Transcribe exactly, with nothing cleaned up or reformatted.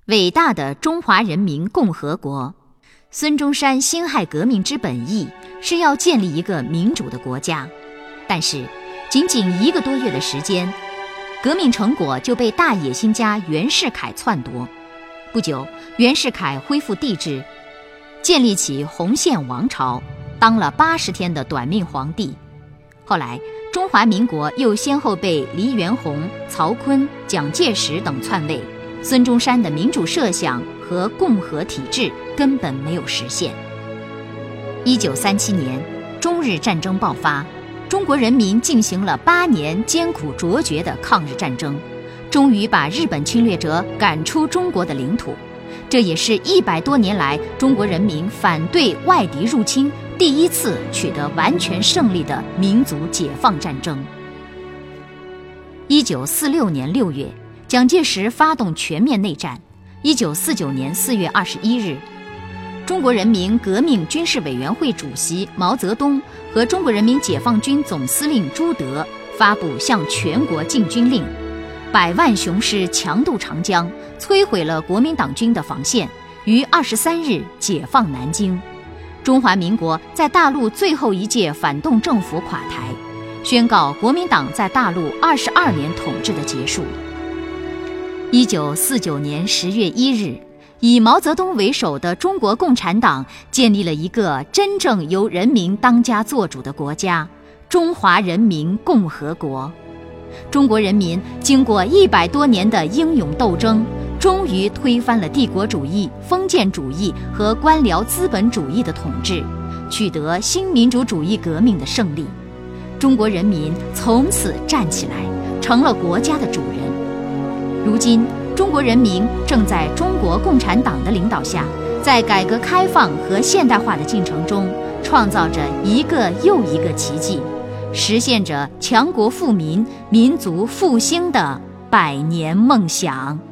伟大的中华人民共和国。孙中山辛亥革命之本意是要建立一个民主的国家，但是仅仅一个多月的时间，革命成果就被大野心家袁世凯篡夺。不久，袁世凯恢复帝制，建立起洪宪王朝，当了八十天的短命皇帝。后来中华民国又先后被黎元洪、曹锟、蒋介石等篡位，孙中山的民主设想和共和体制根本没有实现。一九三七年，中日战争爆发，中国人民进行了八年艰苦卓绝的抗日战争，终于把日本侵略者赶出中国的领土。这也是一百多年来中国人民反对外敌入侵第一次取得完全胜利的民族解放战争。一九四六年六月，蒋介石发动全面内战。一九四九年四月二十一日，中国人民革命军事委员会主席毛泽东和中国人民解放军总司令朱德发布向全国进军令，百万雄师强渡长江，摧毁了国民党军的防线，于二十三日解放南京。中华民国在大陆最后一届反动政府垮台，宣告国民党在大陆二十二年统治的结束。一九四九年十月一日，以毛泽东为首的中国共产党建立了一个真正由人民当家作主的国家——中华人民共和国。中国人民经过一百多年的英勇斗争，终于推翻了帝国主义、封建主义和官僚资本主义的统治，取得新民主主义革命的胜利。中国人民从此站起来，成了国家的主人。如今，中国人民正在中国共产党的领导下，在改革开放和现代化的进程中，创造着一个又一个奇迹，实现着强国富民、民族复兴的百年梦想。